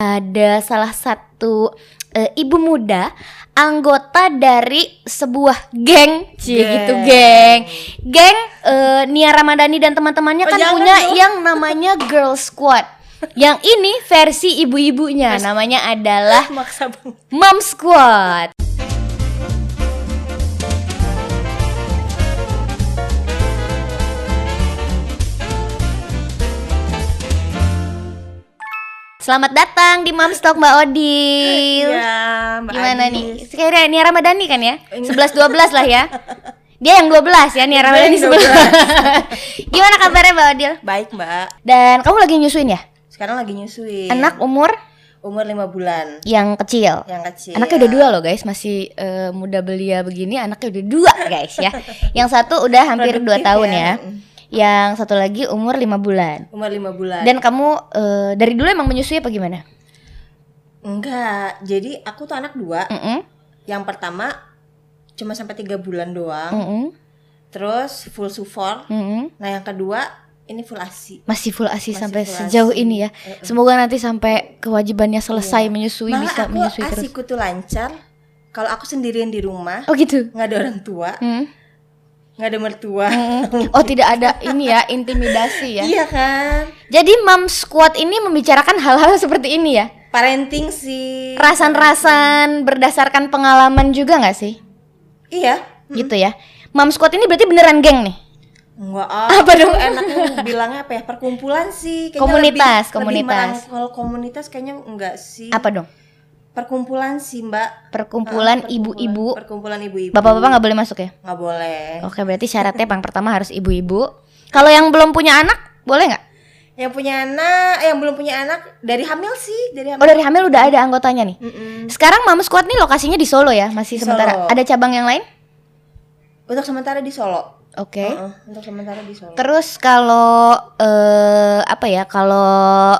Ada salah satu ibu muda anggota dari sebuah geng, geng Nia Ramadhani dan teman-temannya kan punya yang namanya Girl Squad. Yang ini versi ibu-ibunya, namanya adalah Mom Squad. Selamat datang di Moms Talk Mbak Odil. Ya, Mbak Gimana Adis. nih? Sekiranya Nia Ramadhani kan ya? 11-12 lah ya. Dia yang 12 ya, Nia Ramadhani 11. Gimana kabarnya Mbak Odil? Baik Mbak. Dan kamu lagi nyusuin ya? Sekarang lagi nyusuin. Anak umur 5 bulan. yang kecil. Anaknya udah 2 loh guys, masih muda belia begini, anaknya udah 2 guys ya. Yang satu udah hampir 2 tahun ya. Yang satu lagi umur 5 bulan. Umur 5 bulan. Dan kamu dari dulu emang menyusui apa gimana? Enggak, jadi aku tuh anak 2. Yang pertama cuma sampai 3 bulan doang. Terus full sufor. Nah yang kedua ini full ASI. Masih full ASI sampai sejauh ini ya. Semoga nanti sampai kewajibannya selesai menyusui. Malah bisa menyusui terus. ASIku tuh lancar kalau aku sendirian di rumah. Oh gitu. Nggak ada orang tua. Nggak ada mertua. Oh tidak ada ini ya, intimidasi ya. Iya kan. Jadi Mom Squad ini membicarakan hal-hal seperti ini ya. Parenting sih. Rasan-rasan berdasarkan pengalaman juga nggak sih? Iya. Gitu ya. Mom Squad ini berarti beneran geng nih? Enggak, apa dong? Enaknya bilangnya apa ya? Perkumpulan sih. Kayaknya komunitas. Kalau komunitas kayaknya enggak sih. Apa dong? Perkumpulan sih Mbak. Perkumpulan ibu-ibu. Perkumpulan ibu-ibu. Bapak-bapak nggak boleh masuk ya? Nggak boleh. Oke, berarti syaratnya yang pertama harus ibu-ibu. Kalau yang belum punya anak boleh nggak? Yang punya anak, yang belum punya anak dari hamil sih, dari hamil. Oh dari hamil udah ada anggotanya nih. Sekarang Mom Squad nih lokasinya di Solo ya, masih Di sementara. Solo. Ada cabang yang lain? Untuk sementara di Solo. Oke. Untuk sementara di Solo. Terus kalau apa ya? Kalau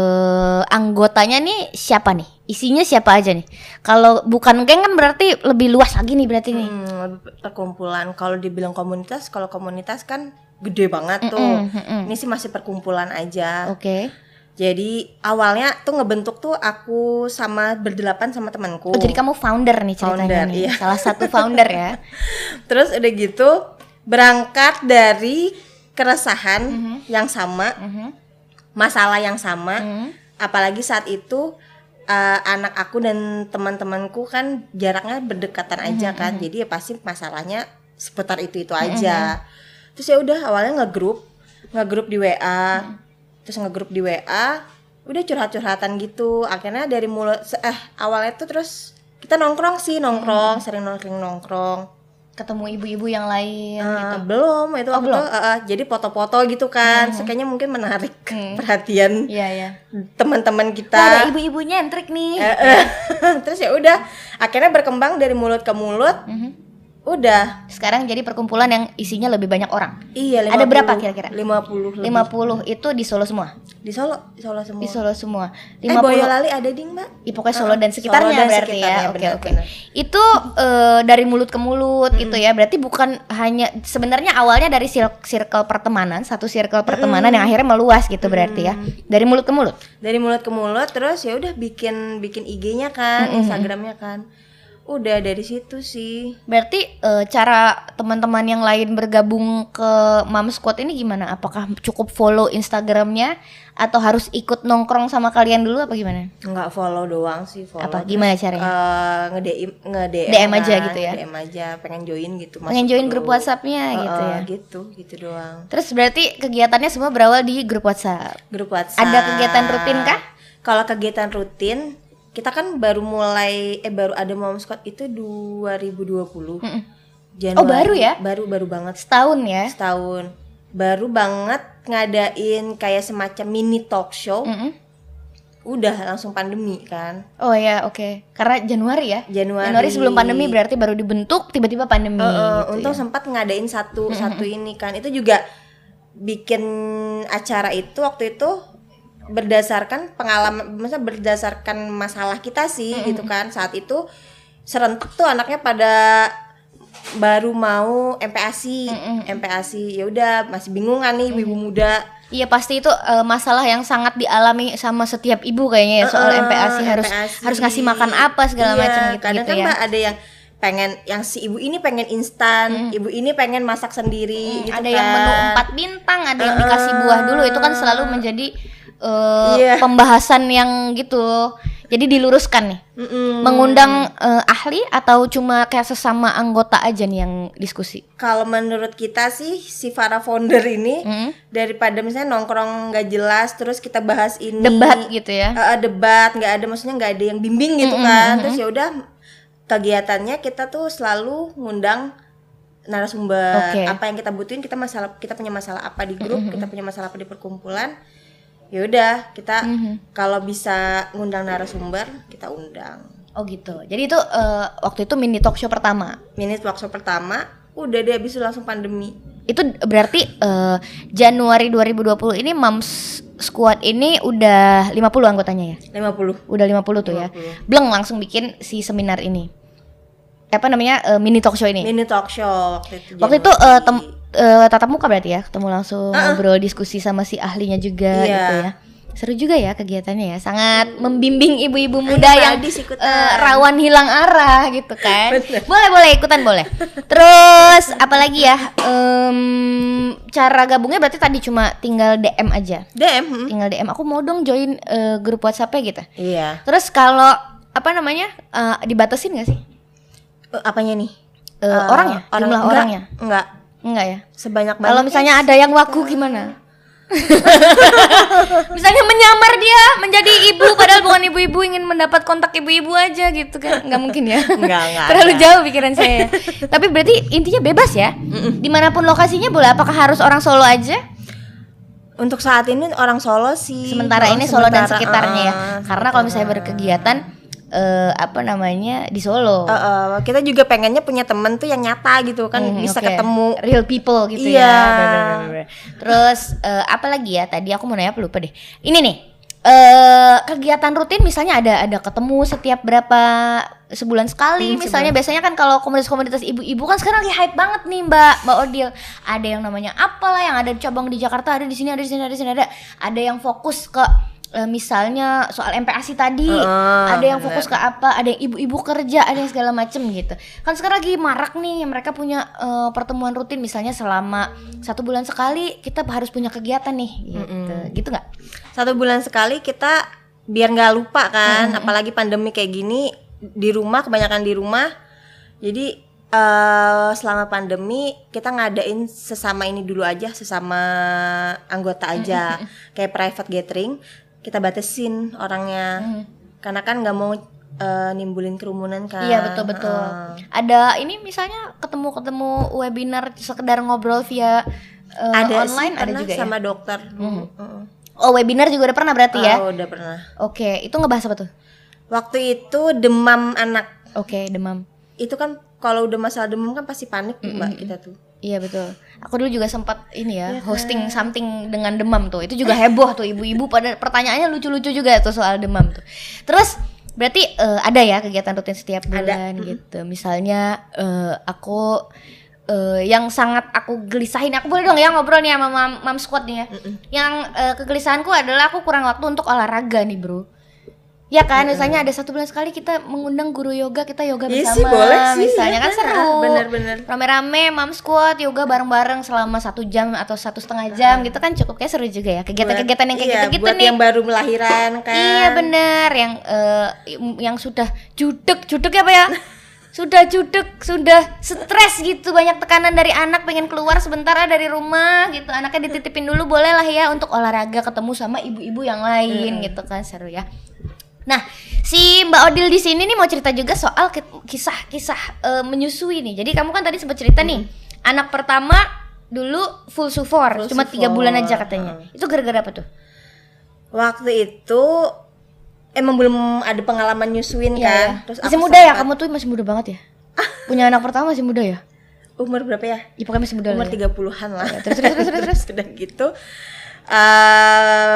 anggotanya nih siapa nih? Isinya siapa aja nih? Kalau bukan geng kan berarti lebih luas lagi nih berarti nih. Perkumpulan. Kalau dibilang komunitas, kalau komunitas kan gede banget tuh. Ini sih masih perkumpulan aja. Oke. Jadi awalnya tuh ngebentuk tuh aku sama berdelapan sama temanku. Oh jadi kamu founder nih ceritanya nih. Iya. Salah satu founder ya. Terus udah gitu berangkat dari keresahan yang sama, masalah yang sama. Apalagi saat itu anak aku dan teman-temanku kan jaraknya berdekatan aja kan. Jadi ya pasti masalahnya seputar itu aja. Terus ya udah awalnya ngegrup di WA. Terus ngegrup di WA, udah curhat-curhatan gitu. Akhirnya dari mulut awalnya tuh terus kita nongkrong, sering nongkrong. Ketemu ibu-ibu yang lain gitu. Belum itu aku belum? tuh jadi foto-foto gitu kan. Kayaknya mungkin menarik perhatian teman-teman kita. Oh, ada ibu-ibunya yang trik nih. Terus ya udah akhirnya berkembang dari mulut ke mulut. Udah. Sekarang jadi perkumpulan yang isinya lebih banyak orang. Iya, 50. Ada berapa kira-kira? 50 lebih. 50 itu di Solo semua. Di Solo semua. Di Solo semua. 50. Boyolali ada ding, Mbak. Pokoknya Solo dan sekitarnya Solo dan berarti sekitarnya, ya. Oke. benar. Itu dari mulut ke mulut gitu ya. Berarti bukan hanya sebenarnya awalnya dari circle pertemanan, satu circle pertemanan yang akhirnya meluas gitu berarti ya. Dari mulut ke mulut. Dari mulut ke mulut terus ya udah bikin IG-nya kan, Instagramnya kan. Udah dari situ sih. Berarti cara teman-teman yang lain bergabung ke Mom Squad ini gimana? Apakah cukup follow Instagramnya atau harus ikut nongkrong sama kalian dulu apa gimana? Enggak follow doang sih, follow. Apa gimana caranya? nge-DM aja gitu ya. DM aja, pengen join gitu. Pengen join grup WhatsApp-nya gitu ya. Gitu doang. Terus berarti kegiatannya semua berawal di grup WhatsApp. Grup WhatsApp. Ada kegiatan rutin kah? Kalau kegiatan rutin kita kan baru ada Mom Squad itu 2020. Januari. Oh baru ya? Baru banget. Setahun ya? Setahun. Baru banget ngadain kayak semacam mini talk show. Udah langsung pandemi kan. Oh ya oke. Karena Januari ya? Januari sebelum pandemi berarti baru dibentuk tiba-tiba pandemi gitu untung ya? sempat ngadain satu ini kan. Itu juga bikin acara itu waktu itu berdasarkan pengalaman, maksudnya berdasarkan masalah kita sih gitu kan. Saat itu serentak tuh anaknya pada baru mau MPASI. Ya udah masih bingung kan nih ibu muda. Iya pasti itu masalah yang sangat dialami sama setiap ibu kayaknya ya, soal MPASI harus ngasih makan apa segala macam gitu kadang kan ya. Mbak ada yang pengen, yang si ibu ini pengen instan, ibu ini pengen masak sendiri gitu ada kan. yang menu 4 bintang, ada yang dikasih buah dulu, itu kan selalu menjadi pembahasan yang gitu. Jadi diluruskan nih, mengundang ahli atau cuma kayak sesama anggota aja nih yang diskusi? Kalau menurut kita sih si para founder ini daripada misalnya nongkrong nggak jelas terus kita bahas ini debat gitu ya. Debat nggak ada, maksudnya nggak ada yang bimbing gitu kan. Terus ya udah kegiatannya kita tuh selalu ngundang narasumber. Apa yang kita butuhin, kita punya masalah apa di grup, kita punya masalah apa di perkumpulan. Ya udah kita kalau bisa ngundang narasumber kita undang. Oh gitu. Jadi itu waktu itu mini talk show pertama. Udah deh habis itu langsung pandemi. Itu berarti Januari 2020 ini Moms Squad ini udah 50 anggotanya ya? 50. Udah 50 tuh 50. Ya. Bleng langsung bikin si seminar ini. Apa namanya? Mini talk show ini. Mini talk show waktu itu tatap muka berarti ya, ketemu langsung ngobrol diskusi sama si ahlinya juga gitu ya. Seru juga ya kegiatannya ya, sangat membimbing ibu-ibu muda yang rawan hilang arah gitu kan. Boleh ikutan boleh. Terus apalagi ya, cara gabungnya berarti tadi cuma tinggal DM aja. Tinggal DM, aku mau dong join grup WhatsApp-nya gitu. Iya. Terus kalau apa namanya dibatasin nggak sih? Apanya nih? Orangnya, jumlah orangnya? Enggak ya? Sebanyak banget. Kalau misalnya ada yang waku gimana? Misalnya menyamar dia menjadi ibu padahal bukan ibu-ibu, ingin mendapat kontak ibu-ibu aja gitu kan. Enggak mungkin ya. Enggak. Terlalu jauh pikiran saya. Tapi berarti intinya bebas ya? Dimanapun lokasinya boleh, apakah harus orang Solo aja? Untuk saat ini orang Solo sih. Sementara ini Solo dan sekitarnya ya. Karena kalau misalnya berkegiatan di Solo. Kita juga pengennya punya temen tuh yang nyata gitu kan, bisa ketemu real people gitu ya. Bener. Terus apa lagi ya? Tadi aku mau nanya apa lupa deh. Ini nih kegiatan rutin misalnya ada ketemu setiap berapa sebulan sekali misalnya. Biasanya kan kalau komunitas-komunitas ibu-ibu kan sekarang lagi hype banget nih Mbak Odil. Ada yang namanya apalah, yang ada cabang di Jakarta, ada di sini, ada yang fokus ke misalnya soal MPASI tadi, ada yang fokus ke apa, ada yang ibu-ibu kerja, ada yang segala macem gitu. Kan sekarang lagi marak nih, mereka punya pertemuan rutin misalnya selama 1 bulan sekali kita harus punya kegiatan nih, gitu nggak? 1 bulan sekali kita biar nggak lupa kan, apalagi pandemi kayak gini di rumah, kebanyakan di rumah. Jadi selama pandemi kita ngadain sesama ini dulu aja, sesama anggota aja, kayak private gathering. Kita batasin orangnya, karena kan nggak mau nimbulin kerumunan kan. Iya betul. Ada ini misalnya ketemu webinar sekedar ngobrol via ada online, sih, ada juga sama ya? dokter. Oh webinar juga udah pernah berarti ya? Oh udah pernah. Oke, itu ngebahas apa tuh? Waktu itu demam anak. Oke, demam. Itu kan kalau udah masalah demam kan pasti panik Mbak kita tuh. Iya betul. Aku dulu juga sempat ini ya, hosting something dengan demam tuh. Itu juga heboh tuh, ibu-ibu pada pertanyaannya lucu-lucu juga tuh soal demam tuh. Terus berarti ada ya kegiatan rutin setiap bulan gitu. Misalnya aku yang sangat aku gelisahin, aku boleh dong ya ngobrol nih sama Mom Squad nih ya. Yang kegelisahanku adalah aku kurang waktu untuk olahraga nih bro. Ya kan, misalnya ada 1 bulan sekali kita mengundang guru yoga, kita yoga bersama. Sih, boleh sih. Misalnya kan seru. Bener. Rame-rame Mom Squad yoga bareng-bareng selama 1 jam atau 1,5 jam gitu kan cukup kayak seru juga ya. Kegiatan-kegiatan yang kayak gitu-gitu buat nih. Yang baru melahiran kan. Iya bener, yang sudah judek ya Pak ya. Sudah stres gitu, banyak tekanan dari anak, pengen keluar sebentar dari rumah gitu. Anaknya dititipin dulu boleh lah ya untuk olahraga, ketemu sama ibu-ibu yang lain gitu kan, seru ya. Nah, si Mbak Odil di sini nih mau cerita juga soal kisah-kisah menyusui nih. Jadi kamu kan tadi sempat cerita nih, anak pertama dulu full sufor, cuma 3 bulan aja katanya. Itu gara-gara apa tuh? Waktu itu emang belum ada pengalaman nyusuin kan. Terus masih muda ya, kamu tuh masih muda banget ya. Punya anak pertama masih muda ya? Umur berapa ya? Ya pokoknya masih muda. Umur lah ya. 30-an lah. Terus udah gitu.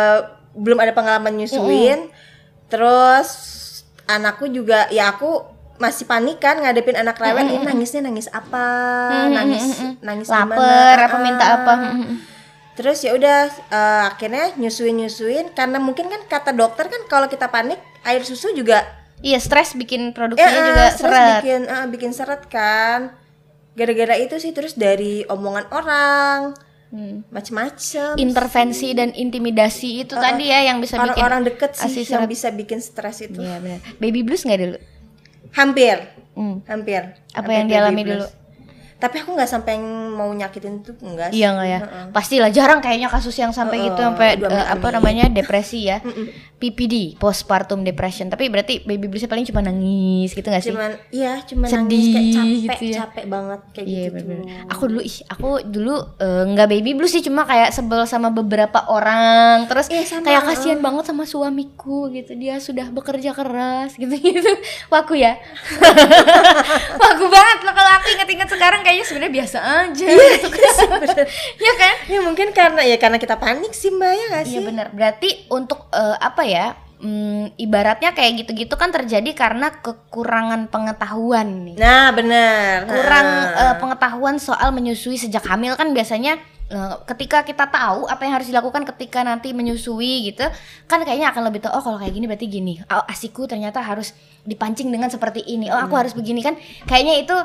Belum ada pengalaman nyusuin. Terus anakku juga, ya aku masih panik kan ngadepin anak rewel, ini nangisnya nangis apa, nangis lapar gimana, apa minta apa. Terus ya udah akhirnya nyusuin karena mungkin kan kata dokter kan kalau kita panik air susu juga Iya, stres bikin produksinya juga stres seret. bikin seret kan. Gara-gara itu sih, terus dari omongan orang macem-macem Intervensi dan intimidasi itu tadi ya yang bisa bikin orang-orang deket sih asli yang seret. bisa bikin stres itu. Iya benar. Baby blues nggak dulu? Hampir. Apa Hampir yang dialami baby blues. dulu? Tapi aku nggak sampai mau nyakitin itu, enggak sih. Iya nggak ya? Pastilah, jarang kayaknya kasus yang sampai gitu sampai apa namanya depresi ya. PPD, postpartum depression. Tapi berarti baby bluesnya paling cuma nangis gitu nggak sih? Cuman Sedih nangis kayak capek, gitu ya. capek banget kayak Iya gitu. benar. Aku dulu nggak baby blues sih, cuma kayak sebel sama beberapa orang. Terus sama. kayak kasihan banget sama suamiku gitu. Dia sudah bekerja keras gitu-gitu. Waku ya. Waku banget loh kalau aku inget-inget sekarang kayaknya sebenarnya biasa aja gitu kan. Ya kan? Ya mungkin karena kita panik sih Mbak, ya nggak sih? Iya benar. Berarti untuk apa ya? Ibaratnya kayak gitu-gitu kan terjadi karena kekurangan pengetahuan nih. Nah benar. Kurang pengetahuan soal menyusui sejak hamil kan biasanya ketika kita tahu apa yang harus dilakukan ketika nanti menyusui gitu kan kayaknya akan lebih tahu, oh kalau kayak gini berarti gini, oh asiku ternyata harus dipancing dengan seperti ini, oh aku harus begini kan, kayaknya itu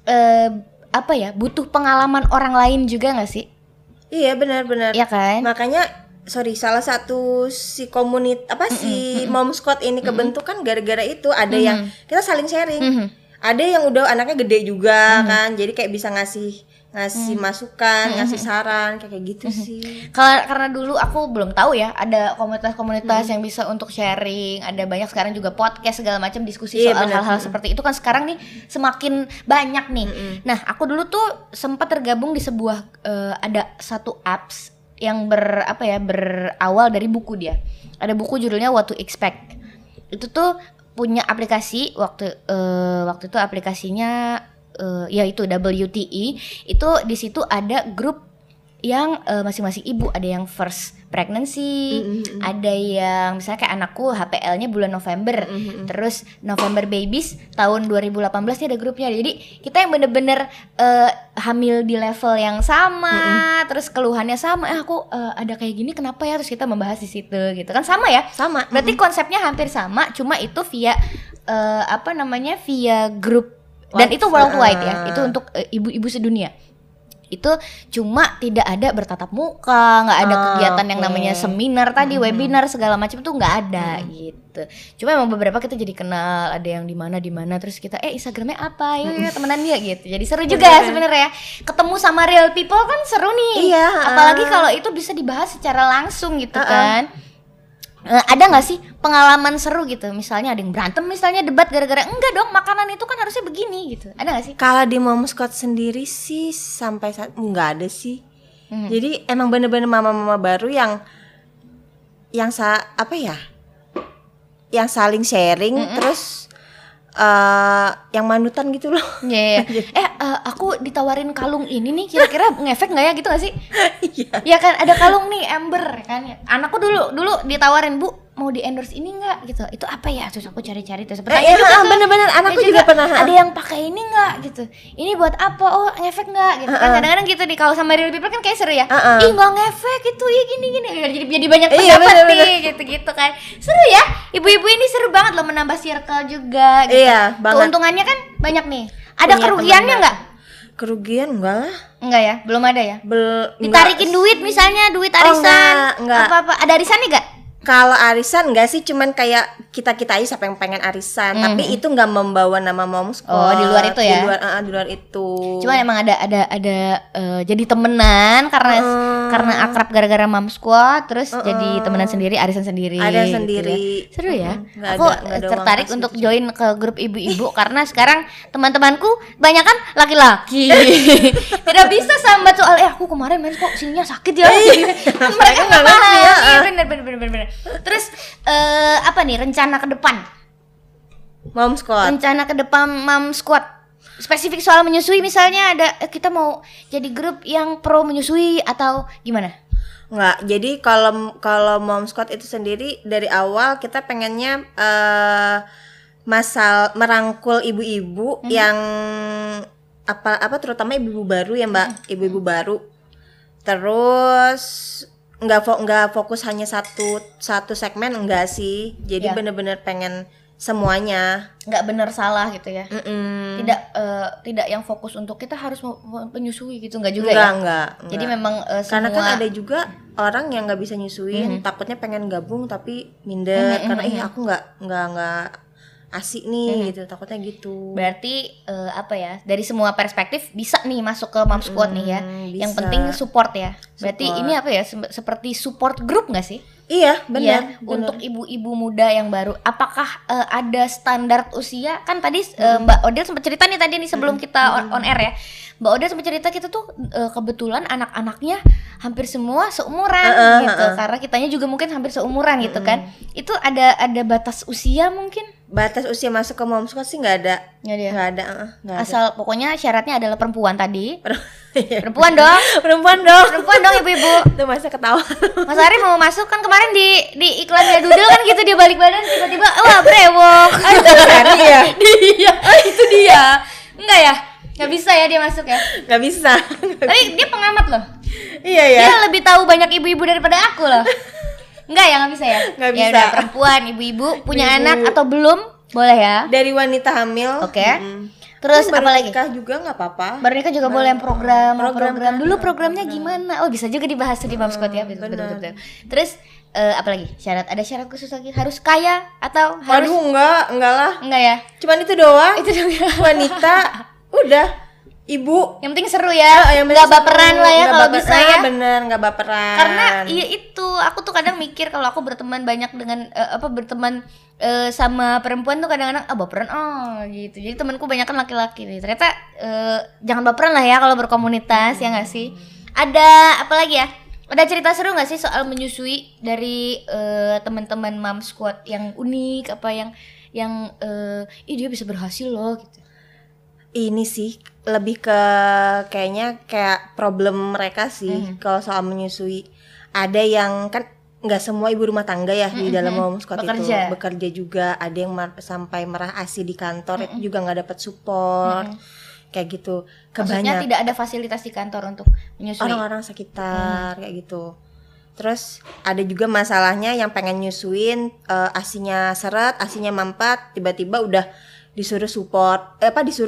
apa ya, butuh pengalaman orang lain juga nggak sih? Iya benar-benar. Iya kan? Makanya salah satu si si Mom Squad ini kebentuk kan gara-gara itu, ada yang kita saling sharing. Ada yang udah anaknya gede juga kan, jadi kayak bisa ngasih masukan, ngasih saran kayak gitu sih. Karena dulu aku belum tahu ya ada komunitas-komunitas yang bisa untuk sharing, ada banyak sekarang juga podcast segala macam diskusi soal hal-hal seperti itu kan sekarang nih semakin banyak nih. Nah aku dulu tuh sempat tergabung di sebuah ada satu apps yang berawal dari buku dia. Ada buku judulnya What to Expect. Itu tuh punya aplikasi waktu itu aplikasinya yaitu WTE. Itu di situ ada grup yang masing-masing ibu, ada yang first pregnancy, ada yang misalnya kayak anakku HPL-nya bulan November, terus November babies tahun 2018 nih ada grupnya. Jadi kita yang bener-bener hamil di level yang sama, terus keluhannya sama, aku ada kayak gini kenapa ya, terus kita membahas di situ gitu kan, sama ya? Sama. Berarti konsepnya hampir sama, cuma itu via via grup dan itu worldwide ya, itu untuk ibu-ibu sedunia. Itu cuma tidak ada bertatap muka, nggak ada kegiatan yang namanya seminar tadi, webinar segala macam tuh nggak ada gitu. Cuma emang beberapa kita jadi kenal, ada yang di mana, terus kita Instagramnya apa, ya temenan dia gitu. Jadi seru juga ya sebenarnya. Ketemu sama real people kan seru nih. Iya. Apalagi kalau itu bisa dibahas secara langsung gitu kan. Ada nggak sih pengalaman seru gitu, misalnya ada yang berantem, misalnya debat gara-gara enggak dong makanan itu kan harusnya begini gitu, ada nggak sih? Kalau di Mom Squad sendiri sih sampai saat nggak ada sih. Jadi emang bener-bener mama-mama baru yang yang saling sharing, terus yang manutan gitu loh. Iya. Aku ditawarin kalung ini nih, kira-kira ngefek nggak ya gitu nggak sih? Ya kan ada kalung nih Ember kan. Anakku dulu ditawarin, Bu mau di endorse ini nggak gitu. Itu apa ya? Terus aku cari-cari terus bener-bener anakku juga pernah. Ada yang pakai ini nggak gitu. Ini buat apa? Oh ngefek nggak gitu kan. Kadang-kadang gitu di kalau sama real people kan kayak seru ya. Ih nggak ngefek itu ya gini. Jadi banyak pendapat nih gitu kan. Seru ya. Ibu-ibu ini seru banget loh, menambah circle juga gitu. Iya, banget. Keuntungannya kan banyak nih. Ada kerugiannya nggak? Kerugian enggak lah. Enggak ya, belum ada ya. Ditarikin enggak. duit misalnya, duit arisan. Enggak. Apa-apa. Ada arisannya enggak? Kalau arisan enggak sih, cuman kayak kita aja siapa yang pengen arisan, tapi itu enggak membawa nama Mom Squad. Oh, di luar itu ya. Di luar itu. Cuma emang ada jadi temenan karena akrab gara-gara Mom Squad, terus jadi temenan sendiri, arisan sendiri. Ada gitu sendiri. Ya. Seru ya. Nggak Aku ada tertarik uang untuk join ke grup ibu-ibu karena sekarang teman-temanku banyak kan laki-laki. Tidak bisa sambat soal aku kemarin main kok sininya sakit ya. Mereka nggak paham. Iya bener. Terus apa nih rencana ke depan? Mom Squad. Rencana ke depan Mom Squad. Spesifik soal menyusui misalnya ada kita mau jadi grup yang pro menyusui atau gimana? Enggak. Jadi kalau Mom Squad itu sendiri dari awal kita pengennya merangkul ibu-ibu yang apa terutama ibu-ibu baru ya Mbak, ibu-ibu baru. Terus nggak fokus hanya satu segmen, enggak sih. Jadi bener-bener pengen semuanya, nggak bener salah gitu ya. Tidak yang fokus untuk kita harus menyusui gitu, nggak juga enggak. Jadi memang karena semua... kan ada juga orang yang nggak bisa nyusuin, takutnya pengen gabung tapi minder karena aku nggak asik nih gitu, takutnya gitu. Berarti apa ya, dari semua perspektif bisa nih masuk ke Mom Squad nih ya. Bisa. Yang penting support ya. Berarti ini apa ya, seperti support group nggak sih? Iya benar. Untuk ibu-ibu muda yang baru, apakah ada standar usia? Kan tadi Mbak Odil sempat cerita nih tadi nih sebelum kita on air ya. Mbak Odil sempat cerita kita tuh kebetulan anak-anaknya hampir semua seumuran gitu. Karena kitanya juga mungkin hampir seumuran gitu kan. Itu ada batas usia mungkin? Batas usia masuk ke Mom Squad sih nggak ada. Asal pokoknya syaratnya adalah perempuan tadi. Perempuan dong. Perempuan dong ibu-ibu. Itu masa ketawa. Mas Ari mau masuk kan kemarin di iklannya Doodle kan gitu, dia balik badan tiba-tiba wah brewok. Iya. Itu dia. Enggak ya? Nggak bisa ya dia masuk ya? Nggak bisa. Tapi dia pengamat loh. Iya ya. Dia lebih tahu banyak ibu-ibu daripada aku loh. Enggak ya, nggak bisa ya? Nggak bisa. Ya udah, perempuan, ibu-ibu punya anak atau belum boleh ya? Dari wanita hamil. Oke. Terus apa lagi? Baru nikah juga nggak apa-apa. Baru nikah juga boleh. Program. Dulu programnya gimana? Oh bisa juga dibahas tuh di Mom Squad ya. Betul. Terus apa lagi? Ada syarat khusus lagi? Harus kaya atau harus? Waduh enggak lah. Enggak ya? Cuman itu doang. Itu doang. Wanita udah ibu. Yang penting seru ya. Nggak baperan lah ya kalau bisa ya. Bener, nggak baperan. Karena iya itu, aku tuh kadang mikir kalau aku berteman banyak dengan berteman sama perempuan tuh kadang-kadang baperan gitu. Jadi temanku banyak kan laki-laki nih. Ternyata jangan baperan lah ya kalau berkomunitas ya nggak sih. Ada apa lagi ya? Ada cerita seru nggak sih soal menyusui dari teman-teman Mom Squad yang unik, apa yang dia bisa berhasil loh gitu. Ini sih lebih ke kayak problem mereka sih kalau soal menyusui. Ada yang kan nggak semua ibu rumah tangga ya di dalam Mom Squad itu bekerja juga. Ada yang sampai merah ASI di kantor itu juga nggak dapat support kayak gitu. Maksudnya tidak ada fasilitas di kantor untuk menyusui orang-orang sekitar kayak gitu. Terus ada juga masalahnya yang pengen nyusuin ASInya seret, ASInya mampet, tiba-tiba udah disuruh support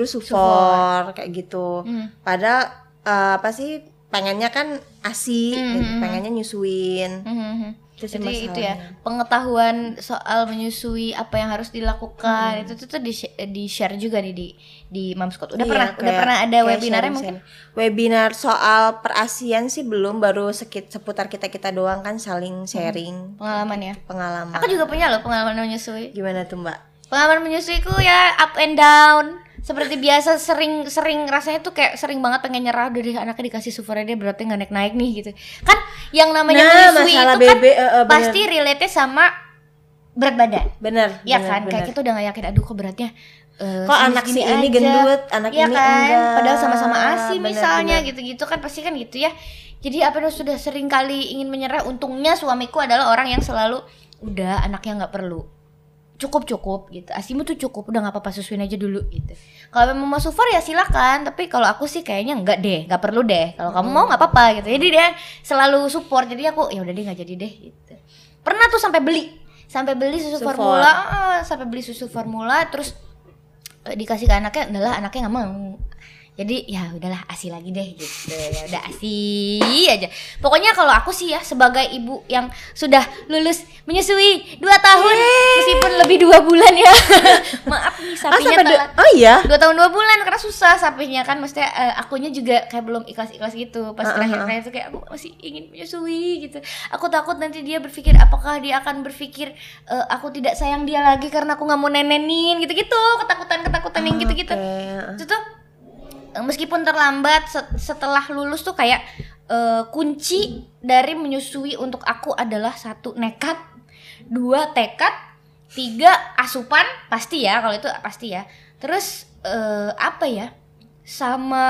kayak gitu. Padahal pengennya kan ASI gitu, pengennya nyusuin. Jadi itu ya, pengetahuan soal menyusui apa yang harus dilakukan itu tuh di share juga nih di Mom Squad. Udah pernah ada webinarnya mungkin? Webinar soal perasian sih belum, baru seputar kita doang kan saling sharing pengalaman ya. Pengalaman. Aku juga punya loh pengalaman menyusui. Gimana tuh Mbak? Pengalaman menyusuiku ya up and down. Seperti biasa sering rasanya tuh kayak sering banget pengen nyerah, dari anaknya dikasih sufornya dia berarti nggak naik nih gitu. Kan yang namanya menyusui itu kan pasti relate sama berat badan. Bener. Iya kan, kayak kita udah nggak yakin, aduh kok beratnya kok anak si ini gendut, anak ini kan? enggak. Padahal sama-sama ASI misalnya gitu-gitu kan pasti kan gitu ya. Jadi sudah sering kali ingin menyerah. Untungnya suamiku adalah orang yang selalu udah anaknya nggak perlu. Cukup gitu, ASImu tuh cukup, udah nggak apa-apa susuin aja dulu gitu. Kalau memang mau suffer ya silakan, tapi kalau aku sih kayaknya nggak perlu deh. Kalau kamu mau nggak apa-apa gitu. Jadi dia selalu support, jadi aku ya udah deh nggak jadi deh gitu. Pernah tuh sampai beli susu formula, terus dikasih ke anaknya, udahlah anaknya nggak mau. Jadi ya udahlah ASI lagi deh gitu. Ya udah ASI aja. Pokoknya kalau aku sih ya sebagai ibu yang sudah lulus menyusui 2 tahun meskipun lebih 2 bulan ya. Maaf nih sapinya telat. Oh iya. 2 tahun 2 bulan karena susah sapinya kan, maksudnya akunya juga kayak belum ikhlas gitu. Pas terakhir itu kayak aku masih ingin menyusui gitu. Aku takut nanti dia berpikir, apakah dia akan berpikir aku tidak sayang dia lagi karena aku nggak mau nenenin gitu-gitu. Ketakutan yang gitu-gitu. Itu tuh meskipun terlambat setelah lulus tuh kayak kunci dari menyusui untuk aku adalah 1 nekat, 2 tekad, 3 asupan pasti ya, kalau itu pasti ya. Terus apa ya, sama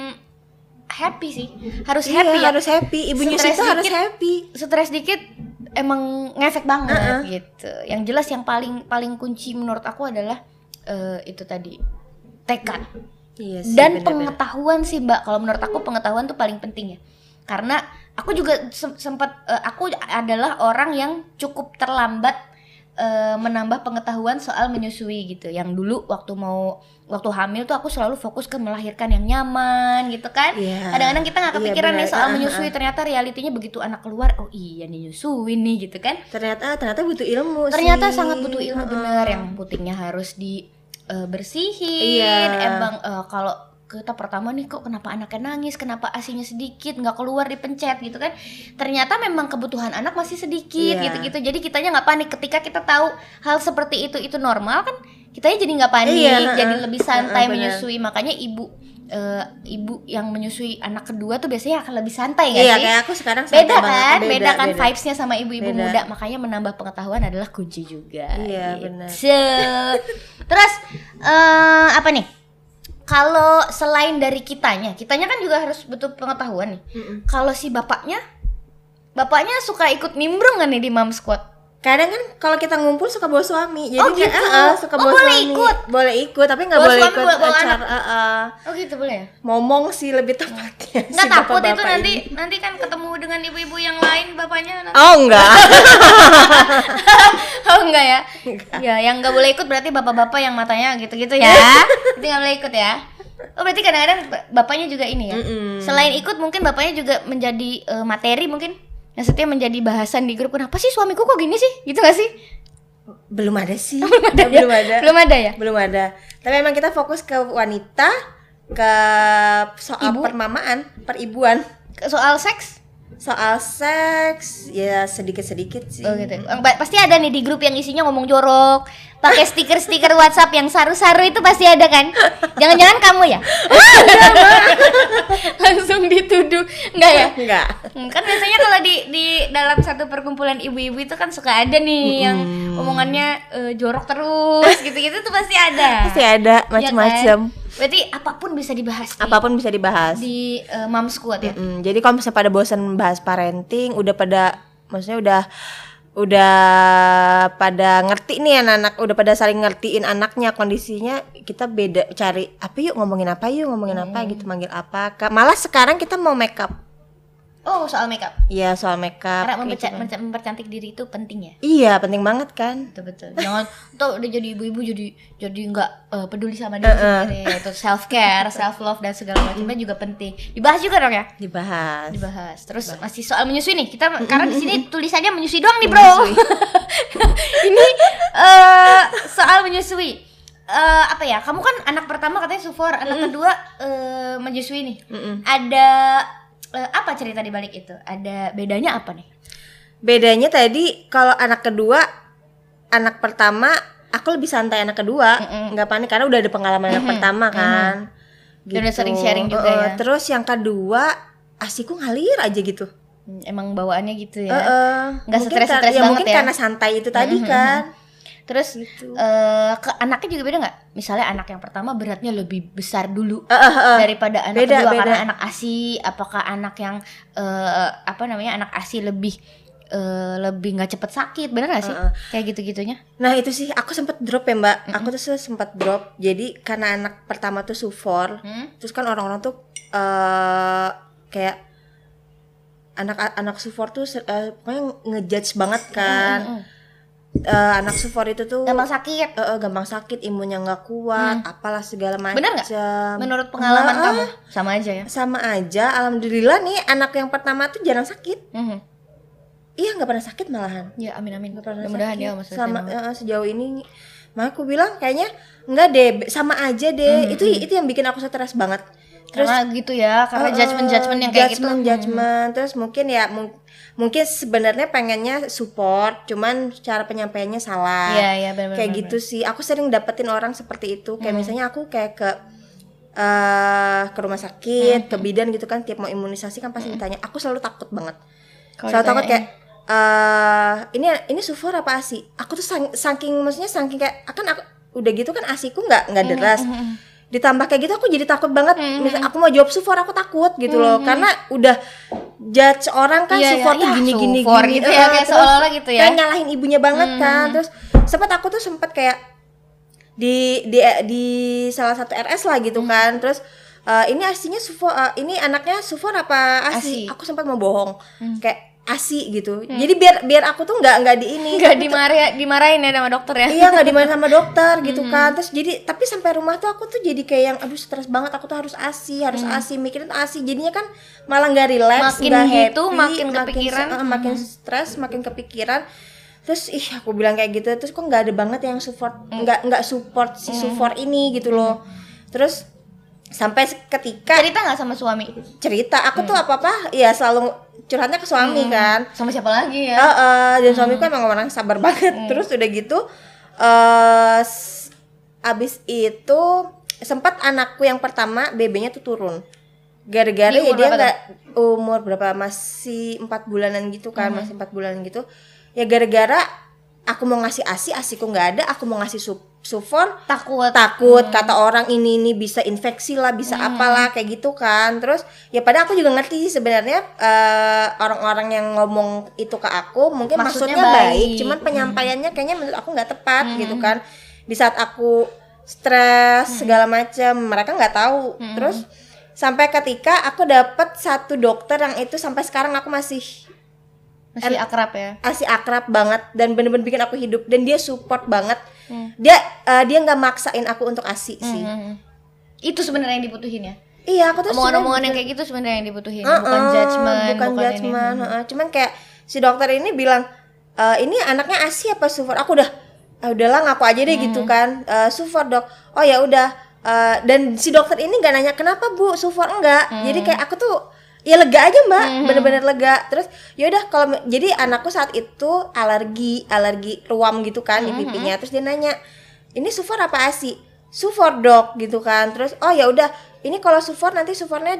happy sih, harus happy ya. Harus happy, ibu nyusui itu harus happy. Stres dikit emang ngefek banget gitu. Yang jelas yang paling kunci menurut aku adalah itu tadi tekad. Iya sih, Dan bener-bener. pengetahuan sih Mbak. Kalau menurut aku pengetahuan tuh paling penting ya. Karena aku juga sempat aku adalah orang yang cukup terlambat menambah pengetahuan soal menyusui gitu. Yang dulu waktu hamil tuh aku selalu fokus ke melahirkan yang nyaman gitu kan. Iya. Kadang-kadang kita nggak Iya, kepikiran nih bener. soal menyusui, ternyata realitinya begitu anak keluar, oh iya nih nyusuin nih gitu kan. Ternyata butuh ilmu Ternyata sih. sangat butuh ilmu bener, yang putingnya harus dibersihin. Iya. Emang kalau kita pertama nih kok kenapa anaknya nangis, kenapa asinya sedikit nggak keluar, dipencet gitu kan. Ternyata memang kebutuhan anak masih sedikit Iya. gitu-gitu. Jadi kitanya nggak panik ketika kita tahu hal seperti itu normal kan. Kitanya jadi nggak panik, Iya, jadi lebih santai bener. menyusui. Makanya ibu yang menyusui anak kedua tuh biasanya akan lebih santai nggak Iya, sih? kayak aku sekarang santai Beda banget. kan, beda kan vibes-nya sama ibu-ibu Beda. muda. Makanya menambah pengetahuan adalah kunci juga. Iya, gitu. benar. Terus apa nih? Kalau selain dari kitanya kan juga harus butuh pengetahuan nih. Kalau si bapaknya suka ikut nimbrung kan nih di Mom Squad? Kadang kan kalau kita ngumpul suka bawa suami. Jadi Oh, gitu. suka Oh, bawa boleh suami. ikut? Boleh ikut, tapi nggak Bawa boleh suami, ikut bawa acara. Oh gitu boleh ya? Momong sih lebih tepatnya. Nggak si takut itu bapak-bapak nanti ini. kan ketemu dengan ibu-ibu yang lain bapaknya nanti. Oh enggak. Oh enggak ya? Ya, yang nggak boleh ikut berarti bapak-bapak yang matanya gitu-gitu ya. Berarti nggak boleh ikut ya. Oh berarti kadang-kadang bapaknya juga ini ya. Selain ikut mungkin bapaknya juga menjadi materi mungkin. Maksudnya menjadi bahasan di grup, kenapa sih suamiku kok gini sih? Gitu gak sih? Belum ada sih. Belum ada ya? Belum ada. Tapi memang kita fokus ke wanita, ke soal Ibu? permamaan, peribuan. Soal seks? Soal seks ya sedikit-sedikit sih. Oh gitu. Pasti ada nih di grup yang isinya ngomong jorok, pakai stiker-stiker WhatsApp yang saru-saru itu pasti ada kan? Jangan-jangan kamu ya? Langsung dituduh. Enggak ya? Enggak. Kan biasanya kalau di dalam satu perkumpulan ibu-ibu itu kan suka ada nih yang omongannya jorok terus gitu-gitu tuh pasti ada. Pasti ada Ya macam-macam. kan? Berarti apapun bisa dibahas Apapun bisa dibahas. di Mom Squad ya. Jadi kalau misalnya pada bosan bahas parenting, maksudnya udah pada ngerti nih anak-anak, udah pada saling ngertiin anaknya kondisinya, kita beda cari apa yuk ngomongin apa gitu, manggil apa. Malah sekarang kita mau make up. Oh, soal makeup. Iya, soal make up. Karena gitu kan. mempercantik diri itu penting ya. Iya, penting banget kan. Betul. Jangan tuh udah jadi ibu-ibu jadi nggak peduli sama diri sendiri. Itu self care, self love dan segala macamnya juga penting. Dibahas juga dong ya. Dibahas. Terus masih soal menyusui nih. Kita karena di sini tulisannya menyusui doang nih, Bro. Ini soal menyusui. Apa ya? Kamu kan anak pertama katanya sufor, anak kedua menyusui nih. Ada apa cerita di balik itu? Ada bedanya apa nih? Bedanya tadi kalau anak kedua, anak pertama aku lebih santai, anak kedua nggak panik karena udah ada pengalaman anak pertama kan. Dan udah sering sharing juga ya. Terus yang kedua asiku ngalir aja gitu. Emang bawaannya gitu ya. Nggak Mungkin stres-stres ya, banget mungkin ya. karena santai itu tadi kan. Terus Gitu. ke anaknya juga beda nggak? Misalnya anak yang pertama beratnya lebih besar dulu daripada anak Beda, kedua beda. karena anak ASI. Apakah anak yang anak ASI lebih nggak cepet sakit, bener nggak sih? Kayak gitu-gitunya. Nah itu sih aku sempet drop ya Mbak. Aku tuh sempat drop. Jadi karena anak pertama tuh sufor, terus kan orang-orang tuh kayak anak sufor tuh pokoknya ngejudge banget kan. Anak sufor itu tuh Gampang sakit. gampang sakit, imunnya nggak kuat, apalah segala macam. Bener nggak? Menurut pengalaman kamu sama aja ya? Sama aja. Alhamdulillah nih anak yang pertama tuh jarang sakit. Iya nggak pernah sakit malahan. Ya amin. Nggak pernah Mudah-mudahan sakit. ya maksudnya. Sama sejauh ini. Makanya aku bilang kayaknya enggak deh, sama aja deh. Itu yang bikin aku stres banget. Terus Karena gitu ya, karena judgement yang kayak gitu. Judgement. Terus mungkin ya mungkin sebenarnya pengennya support, cuman cara penyampaiannya salah. Iya, benar. Kayak gitu sih. Aku sering dapetin orang seperti itu. Kayak misalnya aku kayak ke rumah sakit, ke bidan gitu kan, tiap mau imunisasi kan pasti ditanya. Aku selalu takut banget. Selalu takut kayak ini sufor apa ASI? Aku tuh saking kayak akan aku udah gitu kan ASIku nggak deras. Ditambah kayak gitu aku jadi takut banget. Misalnya aku mau jawab sufor aku takut gitu loh. Karena udah judge orang kan support tuh gini support gitu ya, kayak seolah-olah gitu ya. Kayak nyalahin ibunya banget kan. Terus aku tuh sempat kayak di salah satu RS lah gitu kan. Terus ini asinya ini anaknya Sufor apa ASI? Aku sempat mau bohong. Kayak ASI gitu. Jadi biar aku tuh nggak dimarahin ya sama dokter ya. Iya, nggak dimarahin sama dokter gitu kan. Terus jadi tapi sampai rumah tuh aku tuh jadi kayak yang aduh stres banget, aku tuh harus ASI, mikirin ASI. Jadinya kan malah nggak relax, nggak happy, makin kepikiran, makin stres, makin kepikiran. Terus aku bilang kayak gitu, terus kok nggak ada banget yang support, nggak support si Sufor ini gitu loh. Terus sampai ketika cerita nggak sama suami? Cerita, aku tuh apa ya selalu curhatnya ke suami kan. Sama siapa lagi ya? Dan suamiku emang orang sabar banget. Terus udah gitu abis itu sempat anakku yang pertama BB-nya tuh turun. Gara-gara ya dia nggak umur berapa, masih 4 bulanan gitu kan, masih 4 bulanan gitu. Ya gara-gara aku mau ngasih asiku nggak ada, aku mau ngasih Sufor takut kata orang ini bisa infeksi lah, bisa apalah kayak gitu kan. Terus ya padahal aku juga ngerti sih sebenarnya orang-orang yang ngomong itu ke aku mungkin maksudnya baik, cuman penyampaiannya kayaknya menurut aku nggak tepat gitu kan. Di saat aku stres segala macam, mereka nggak tahu. Terus sampai ketika aku dapet satu dokter yang itu sampai sekarang aku masih akrab ya, masih akrab banget dan bener-bener bikin aku hidup, dan dia support banget. Dia nggak maksain aku untuk ASI sih. Itu sebenarnya yang dibutuhin ya. Iya, aku tuh omongan-omongan yang kayak gitu sebenarnya yang dibutuhin, bukan judgement. Cuman kayak si dokter ini bilang ini anaknya ASI apa Sufor. Aku udahlah ngaku aja deh gitu kan. Sufor dok. Oh ya udah. Dan si dokter ini nggak nanya kenapa Bu Sufor enggak. Jadi kayak aku tuh ya lega aja Mbak, bener-bener lega. Terus yaudah kalau jadi anakku saat itu alergi ruam gitu kan di pipinya. Terus dia nanya, ini Sufor apa ASI? Sufor dok gitu kan. Terus oh ya udah, ini kalau Sufor nanti Sufornya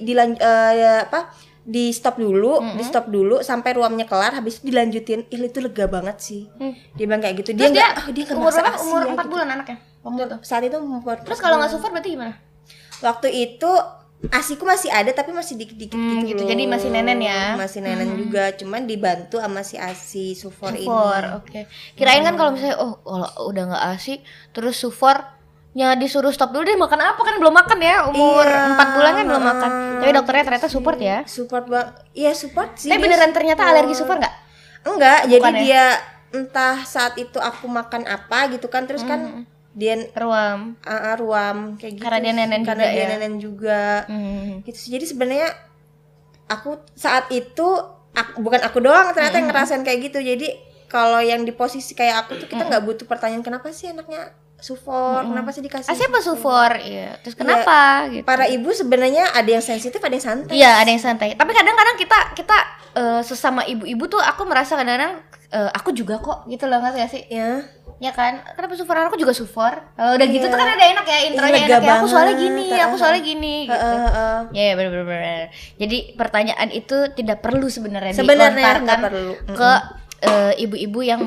di stop dulu sampai ruamnya kelar, habis itu dilanjutin. Itu lega banget sih. Dia bilang kayak gitu. Dia nggak umur berapa? ASI Umur ya, 4 gitu. bulan anaknya waktu itu. Saat itu umur. Terus kalau nggak Sufor berarti gimana? Waktu itu ASIku masih ada tapi masih dikit-dikit gitu. Jadi masih nenen ya. Masih nenen juga, cuman dibantu sama si ASI Sufor ini. Oke. Kirain kan kalau misalnya kalau udah nggak ASI terus Sufornya disuruh stop dulu, deh makan apa, kan belum makan ya, umur 4 bulan kan belum makan. Tapi dokternya ternyata support ya. Support iya support sih. Tapi beneran ternyata alergi Sufor nggak? Enggak, jadi dia entah saat itu aku makan apa gitu kan, terus kan dia ruam kayak gitu. Karena dia nenen juga. Gitu sih. Jadi sebenarnya aku saat itu bukan aku doang ternyata yang ngerasain kayak gitu. Jadi kalau yang di posisi kayak aku tuh kita nggak butuh pertanyaan kenapa sih anaknya Sufor, kenapa sih dikasih siapa Sufor? Iya. Terus kenapa? Gitu. Para ibu sebenarnya ada yang sensitif, ada yang santai. Iya, ada yang santai. Tapi kadang-kadang kita sesama ibu-ibu tuh aku merasa kadang-kadang aku juga kok gitu loh, nggak sih? Iya. Ya kan, kenapa Sufor, aku juga Sufor. Kalau udah gitu tuh kan ada enak ya, intronya enak ya, aku soalnya gini gitu. Ya benar. Jadi pertanyaan itu tidak perlu sebenarnya dilontarkan ke ibu-ibu yang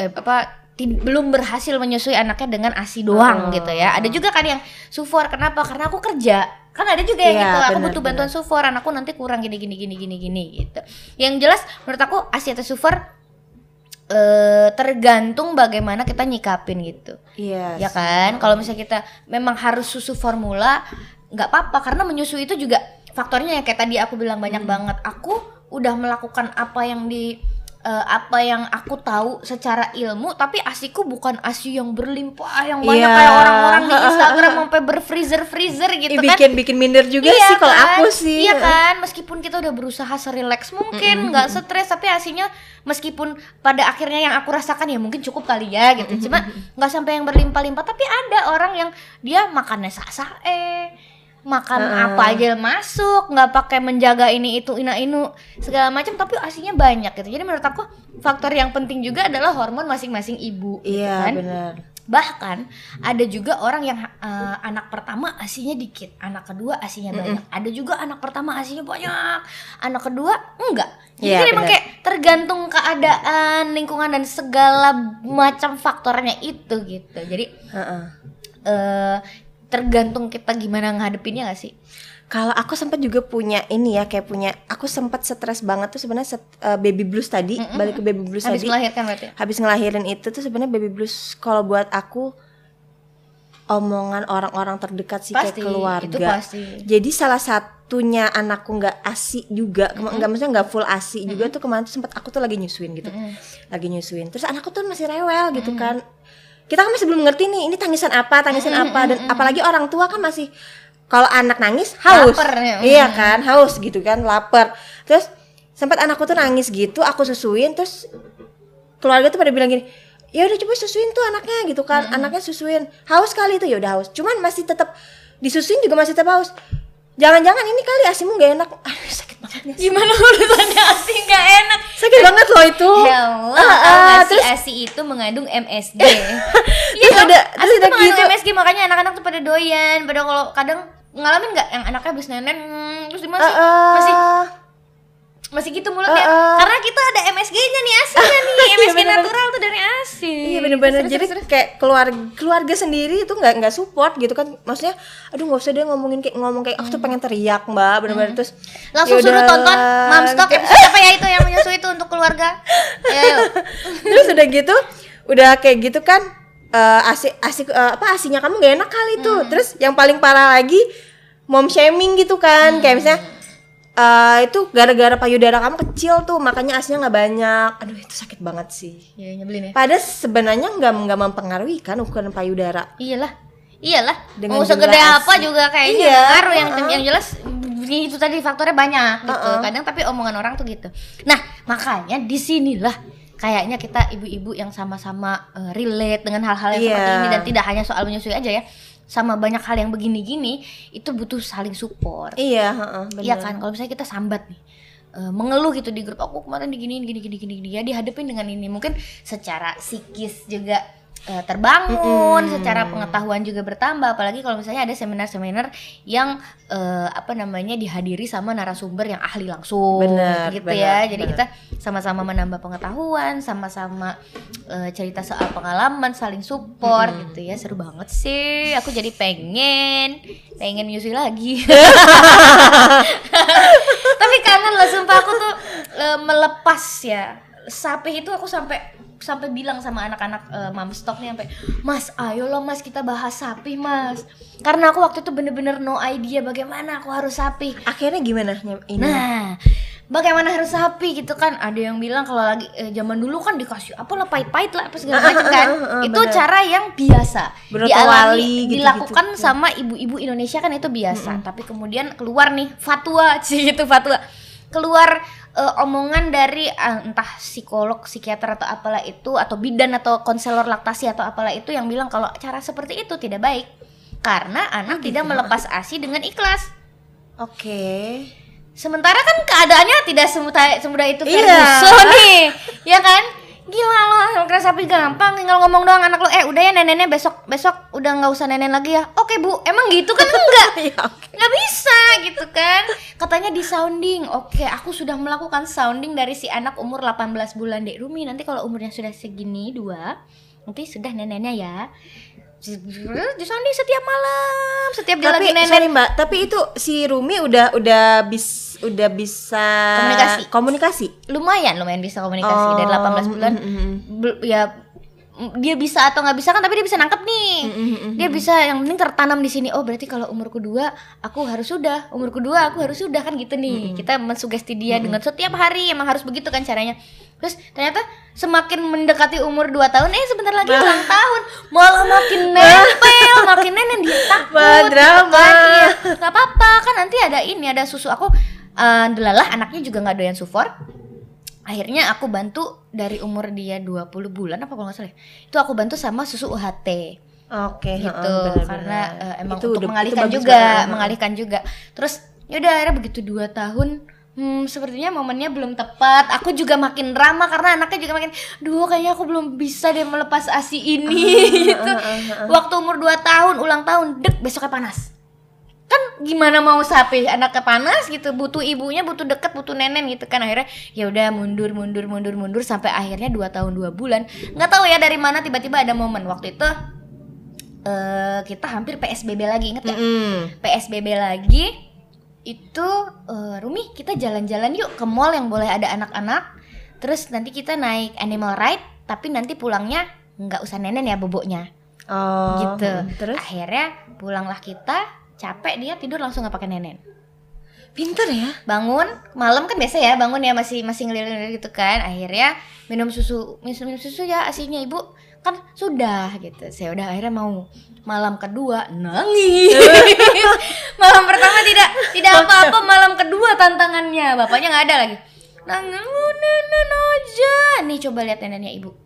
belum berhasil menyusui anaknya dengan ASI doang gitu ya. Ada juga kan yang Sufor, kenapa? Karena aku kerja. Kan ada juga yang gitu, aku butuh bantuan Sufor, anakku nanti kurang gini gitu. Yang jelas menurut aku ASI atau Sufor tergantung bagaimana kita nyikapin gitu. Ya kan, kalau misalnya kita memang harus susu formula nggak apa-apa, karena menyusui itu juga faktornya yang kayak tadi aku bilang banyak banget. Aku udah melakukan apa yang aku tahu secara ilmu, tapi ASIku bukan ASI yang berlimpah yang banyak kayak orang-orang di Instagram sampai berfreezer gitu kan. Bikin minder juga sih kalau aku sih. Iya kan, meskipun kita udah berusaha serelax mungkin, nggak stres, tapi ASInya meskipun pada akhirnya yang aku rasakan ya mungkin cukup kali ya gitu. Cuma nggak sampai yang berlimpah-limpah, tapi ada orang yang dia makannya makan apa aja masuk, nggak pakai menjaga ini itu inu segala macam, tapi ASInya banyak gitu. Jadi menurut aku faktor yang penting juga adalah hormon masing-masing ibu. Iya, kan? benar. Bahkan ada juga orang yang anak pertama ASInya dikit, anak kedua ASInya banyak. Ada juga anak pertama ASInya banyak, anak kedua enggak. Jadi emang kayak tergantung keadaan, lingkungan dan segala macam faktornya itu gitu. Jadi tergantung kita gimana ngadepinnya nggak sih? Kalau aku sempat juga punya ini ya, kayak punya, aku sempat stres banget tuh sebenarnya baby blues tadi, balik ke baby blues Habis tadi. melahirkan berarti. Habis ngelahirin itu tuh sebenarnya baby blues kalau buat aku omongan orang-orang terdekat sih, kayak Pasti, keluarga. itu pasti. Jadi salah satunya anakku nggak ASI juga, nggak maksudnya nggak full ASI juga tuh kemarin tuh sempat aku tuh lagi nyusuin gitu, lagi nyusuin. Terus anakku tuh masih rewel gitu kan. Kita kan masih belum ngerti nih, ini tangisan apa, dan apalagi orang tua kan masih, kalau anak nangis haus, Laper, ya. iya kan, haus gitu kan, lapar. Terus sempat anakku tuh nangis gitu, aku susuin, terus keluarga tuh pada bilang gini, ya udah coba susuin tuh anaknya gitu kan, anaknya susuin, haus kali itu, ya udah haus, cuman masih tetap disusuin juga masih tetap haus. Jangan-jangan ini kali asimu gak enak. Aduh, sakit banget nih. Gimana urusannya ASI gak enak? Sakit banget loh itu. Ya Allah, terus ASI itu mengandung MSG. terus dong, udah ASI itu mengandung gitu. MSG, makanya anak-anak tuh pada doyan. Pada kalau kadang ngalamin nggak yang anaknya habis nenen terus dia masih gitu mulutnya, karena kita ada MSG-nya nih, ASI-nya nih, MSG natural tuh dari ASI. Iya bener-bener. Jadi kayak keluarga sendiri itu nggak support gitu kan, maksudnya aduh nggak usah deh ngomong kayak aku tuh pengen teriak mbak, bener-bener. Terus langsung suruh tonton Momstock episode apa ya itu yang menyusui itu untuk keluarga. Ayo. Terus udah gitu, udah kayak gitu kan, asinya kamu gak enak kali tuh. Terus yang paling parah lagi, mom shaming gitu kan, kayak misalnya itu gara-gara payudara kamu kecil tuh makanya asinya nggak banyak. Aduh itu sakit banget sih. Iya nyebelin ya. Padahal sebenarnya nggak mempengaruhi kan ukuran payudara. Iyalah. Dengan Mau segede jumlah apa ASI. juga kayaknya Iya, ngaruh, yang jelas itu tadi faktornya banyak gitu. Kadang tapi omongan orang tuh gitu. Nah makanya disinilah kayaknya kita ibu-ibu yang sama-sama relate dengan hal-hal yang seperti ini, dan tidak hanya soal menyusui aja ya. Sama banyak hal yang begini-gini itu butuh saling support. Iya, bener. Iya kan, kalau misalnya kita sambat nih, mengeluh gitu di grup, aku kemarin diginiin gini ya, dihadapin dengan ini, mungkin secara psikis juga terbangun, secara pengetahuan juga bertambah, apalagi kalau misalnya ada seminar-seminar yang dihadiri sama narasumber yang ahli langsung, gitu ya. Jadi kita sama-sama menambah pengetahuan, sama-sama cerita soal pengalaman, saling support gitu ya. Seru banget sih. Aku jadi pengen nyusui lagi. Tapi kangen loh, sumpah aku tuh melepas ya. Sapi itu aku sampai bilang sama anak-anak Momstock nih, sampai mas ayolah mas kita bahas sapi mas, karena aku waktu itu bener-bener no idea bagaimana aku harus sapi. Akhirnya gimana ini? Nah bagaimana harus sapi gitu kan, ada yang bilang kalau lagi zaman dulu kan dikasih apalah pahit-pahit lah apa segala macam kan. Itu bener. Cara yang biasa dialami gitu, dilakukan gitu. Sama ibu-ibu Indonesia kan itu biasa. Tapi kemudian keluar nih fatwa keluar omongan dari entah psikolog, psikiater atau apalah itu, atau bidan atau konselor laktasi atau apalah itu, yang bilang kalau cara seperti itu tidak baik karena anak tidak melepas ASI dengan ikhlas. Oke. Sementara kan keadaannya tidak semudah itu Ferguson nih, ya kan? Gila lo, kira sapi gampang, tinggal ngomong doang anak lo, udah ya nenennya besok udah nggak usah nenen lagi ya. Oke bu, emang gitu kan? Enggak, nggak bisa gitu kan? Katanya di sounding. Oke, aku sudah melakukan sounding dari si anak umur 18 bulan Dek Rumi. Nanti kalau umurnya sudah segini 2, nanti sudah nenennya ya. Di sounding setiap malam, setiap dia lagi nenen. Sorry mbak, tapi itu si Rumi udah bisa komunikasi. Lumayan bisa komunikasi dari 18 bulan. Ya dia bisa atau nggak bisa kan, tapi dia bisa nangkep nih. Dia bisa, yang penting tertanam di sini. Oh berarti kalau umurku 2 aku harus sudah kan gitu nih. Kita mensugesti dia dengan setiap hari emang harus begitu kan caranya. Terus ternyata semakin mendekati umur 2 tahun, sebentar lagi ulang tahun, malah makin nempel, makin nenen, dia takut. Drama. Iya, nggak apa-apa kan, nanti ada susu. Aku delalah anaknya juga nggak doyan sufor. Akhirnya aku bantu dari umur dia 20 bulan apa kalau nggak salah. Itu aku bantu sama susu UHT. Oke, gitu. Karena emang itu untuk mengalihkan juga. Terus yaudah akhirnya begitu 2 tahun. Sepertinya momennya belum tepat. Aku juga makin drama karena anaknya juga makin, kayaknya aku belum bisa deh melepas ASI ini gitu. Waktu umur 2 tahun ulang tahun, besoknya panas. Kan gimana mau sapi anaknya panas gitu, butuh ibunya, butuh deket, butuh nenen gitu kan. Akhirnya ya udah mundur sampai akhirnya 2 tahun 2 bulan. Nggak tahu ya dari mana tiba-tiba ada momen waktu itu kita hampir PSBB lagi, inget gak? PSBB lagi. itu Rumi kita jalan-jalan yuk ke mall yang boleh ada anak-anak. Terus nanti kita naik animal ride, tapi nanti pulangnya nggak usah nenen ya boboknya. Oh. Gitu. Terus Akhirnya pulanglah kita, capek dia tidur langsung nggak pakai nenen. pinter ya. Bangun malam kan biasa ya, bangun ya masih ngelilir gitu kan. Akhirnya minum susu ya asinya ibu kan sudah gitu. Saya udah akhirnya mau. Malam kedua nangis. Malam pertama tidak apa-apa, malam kedua tantangannya bapaknya nggak ada lagi. Nangis nenen aja. Nih coba lihat nenennya ibu.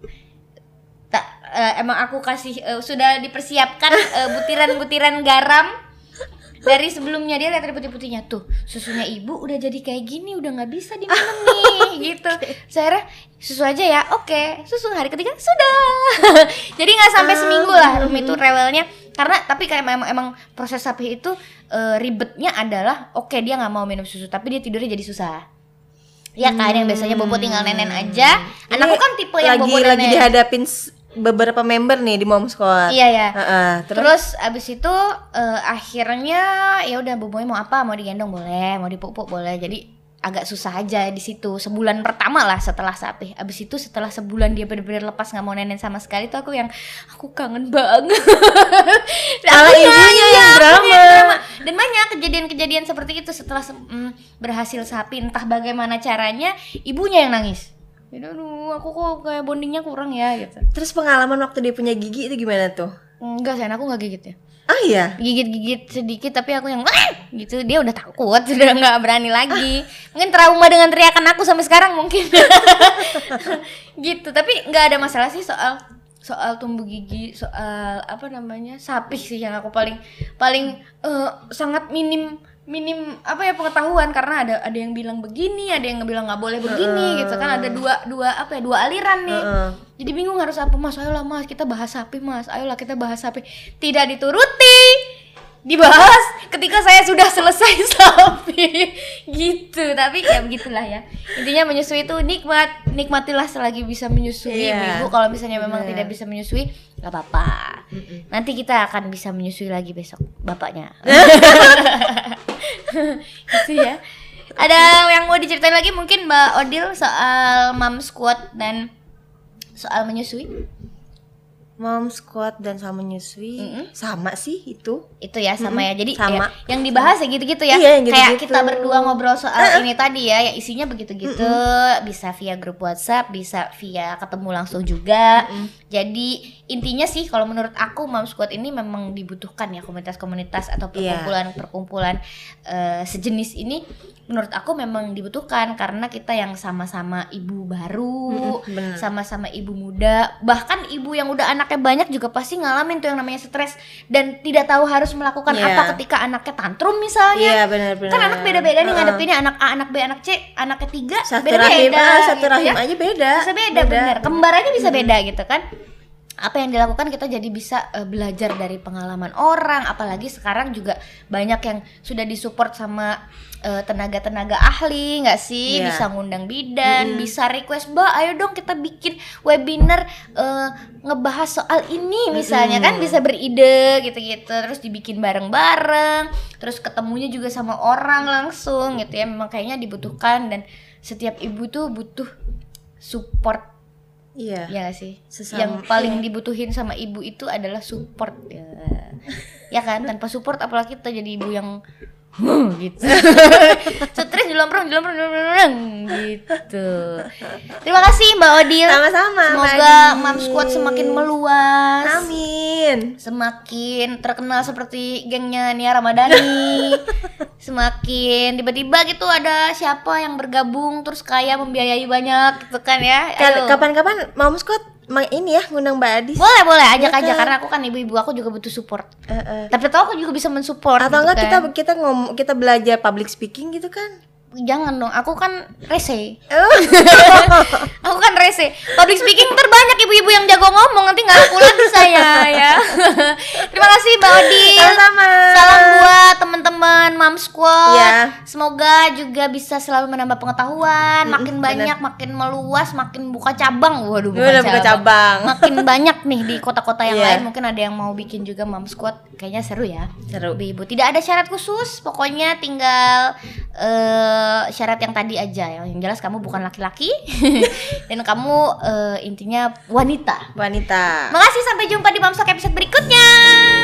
Emang aku kasih sudah dipersiapkan butiran-butiran garam. Dari sebelumnya dia lihat ada putih-putihnya tuh susunya ibu udah jadi kayak gini udah nggak bisa diminum nih gitu. Saya susu aja ya, oke. Susu hari ketiga sudah. Jadi nggak sampai seminggu lah Rumi itu rewelnya karena tapi kayak emang proses sapi itu ribetnya adalah oke, dia nggak mau minum susu tapi dia tidurnya jadi susah. Ya kan yang biasanya bobo tinggal nenen aja. Anakku kan tipe yang bobo nenen. Lagi dihadapin beberapa member nih di Mom Squad. Iya ya. Terus abis itu akhirnya ya udah bobonya mau apa, mau digendong boleh, mau dipupuk boleh. Jadi agak susah aja di situ sebulan pertama lah setelah sapi. Abis itu setelah sebulan dia benar-benar lepas nggak mau nenen sama sekali tuh aku kangen banget. Ala ibunya yang drama. Dan banyak kejadian-kejadian seperti itu setelah berhasil sapi entah bagaimana caranya ibunya yang nangis. Aduh, aku kok kayak bondingnya kurang ya gitu. Terus pengalaman waktu dia punya gigi itu gimana tuh? Enggak sayang, aku nggak gigit ya. Ah iya? Gigit sedikit tapi aku yang gitu, dia udah takut, sudah nggak berani lagi. Mungkin trauma dengan teriakan aku sampai sekarang mungkin. Gitu, tapi nggak ada masalah sih soal tumbuh gigi, soal sapi sih yang aku paling sangat minim pengetahuan karena ada yang bilang begini, ada yang bilang nggak boleh begini gitu kan, ada dua aliran nih. Jadi bingung harus apa mas, ayolah mas kita bahas sapi mas, ayolah kita bahas sapi. Tidak dituruti, dibahas ketika saya sudah selesai sapi gitu. Tapi ya begitulah ya, intinya menyusui itu nikmatilah selagi bisa menyusui. Ibu kalau misalnya memang tidak bisa menyusui nggak apa-apa, nanti kita akan bisa menyusui lagi besok bapaknya. Gitu ya. Ada yang mau diceritain lagi mungkin Mbak Odil soal Mom Squad dan soal menyusui? Mom Squad dan sama menyusui sama sih itu ya sama ya. Jadi sama. Ya, yang dibahas ya gitu-gitu ya. Iya, gitu-gitu. Kayak kita berdua ngobrol soal ini tadi ya, yang isinya begitu-gitu. Bisa via grup WhatsApp, bisa via ketemu langsung juga. Jadi intinya sih kalau menurut aku Mom Squad ini memang dibutuhkan ya, komunitas-komunitas atau perkumpulan sejenis ini menurut aku memang dibutuhkan karena kita yang sama-sama ibu baru, sama-sama ibu muda, bahkan ibu yang udah anaknya banyak juga pasti ngalamin tuh yang namanya stres dan tidak tahu harus melakukan apa ketika anaknya tantrum misalnya. Benar-benar. Kan anak beda-beda nih ngadepinnya, anak A, anak B, anak C, anak ketiga satu beda-beda. rahim aja beda. Bisa beda. Bener. Kembar aja bisa beda gitu kan. Apa yang dilakukan kita jadi bisa belajar dari pengalaman orang, apalagi sekarang juga banyak yang sudah disupport sama tenaga-tenaga ahli nggak sih, bisa ngundang bidan, bisa request Mbak ayo dong kita bikin webinar ngebahas soal ini misalnya kan, bisa beride gitu-gitu, terus dibikin bareng-bareng, terus ketemunya juga sama orang langsung gitu ya. Memang kayaknya dibutuhkan dan setiap ibu tuh butuh support. Iya gak sih? Yang paling dibutuhin sama ibu itu adalah support ya kan, tanpa support apalagi kita jadi ibu yang gitu. Stres dilomprong gitu. Terima kasih Mbak Odil. Sama-sama. Semoga Mom Squad semakin meluas. Amin. Semakin terkenal seperti gengnya Nia Ramadhani. Semakin tiba-tiba gitu ada siapa yang bergabung terus kaya membiayai banyak gitu kan ya. Kapan-kapan Mom Squad ini ya ngundang Mbak Adis. Boleh ajak aja karena aku kan ibu-ibu, aku juga butuh support. Tapi tahu aku juga bisa mensupport. Atau gitu enggak kan. kita belajar public speaking gitu kan? Jangan dong, aku kan rese. Aku kan rese. Public speaking terbanyak ibu-ibu yang jago ngomong, nanti nggak laku lagi saya ya. Terima kasih Mbak Odil. Sama-sama. Salam buat teman-teman teman-teman Mom Squad. Iya. Semoga juga bisa selalu menambah pengetahuan, makin banyak, makin meluas, makin buka cabang. Waduh, buka cabang. Makin banyak nih di kota-kota yang lain. Mungkin ada yang mau bikin juga Mom Squad. Kayaknya seru ya. Seru. Ibu, tidak ada syarat khusus, pokoknya tinggal syarat yang tadi aja. Yang jelas kamu bukan laki-laki dan kamu intinya wanita. Makasih, Makasih, sampai jumpa di Mamsak episode berikutnya.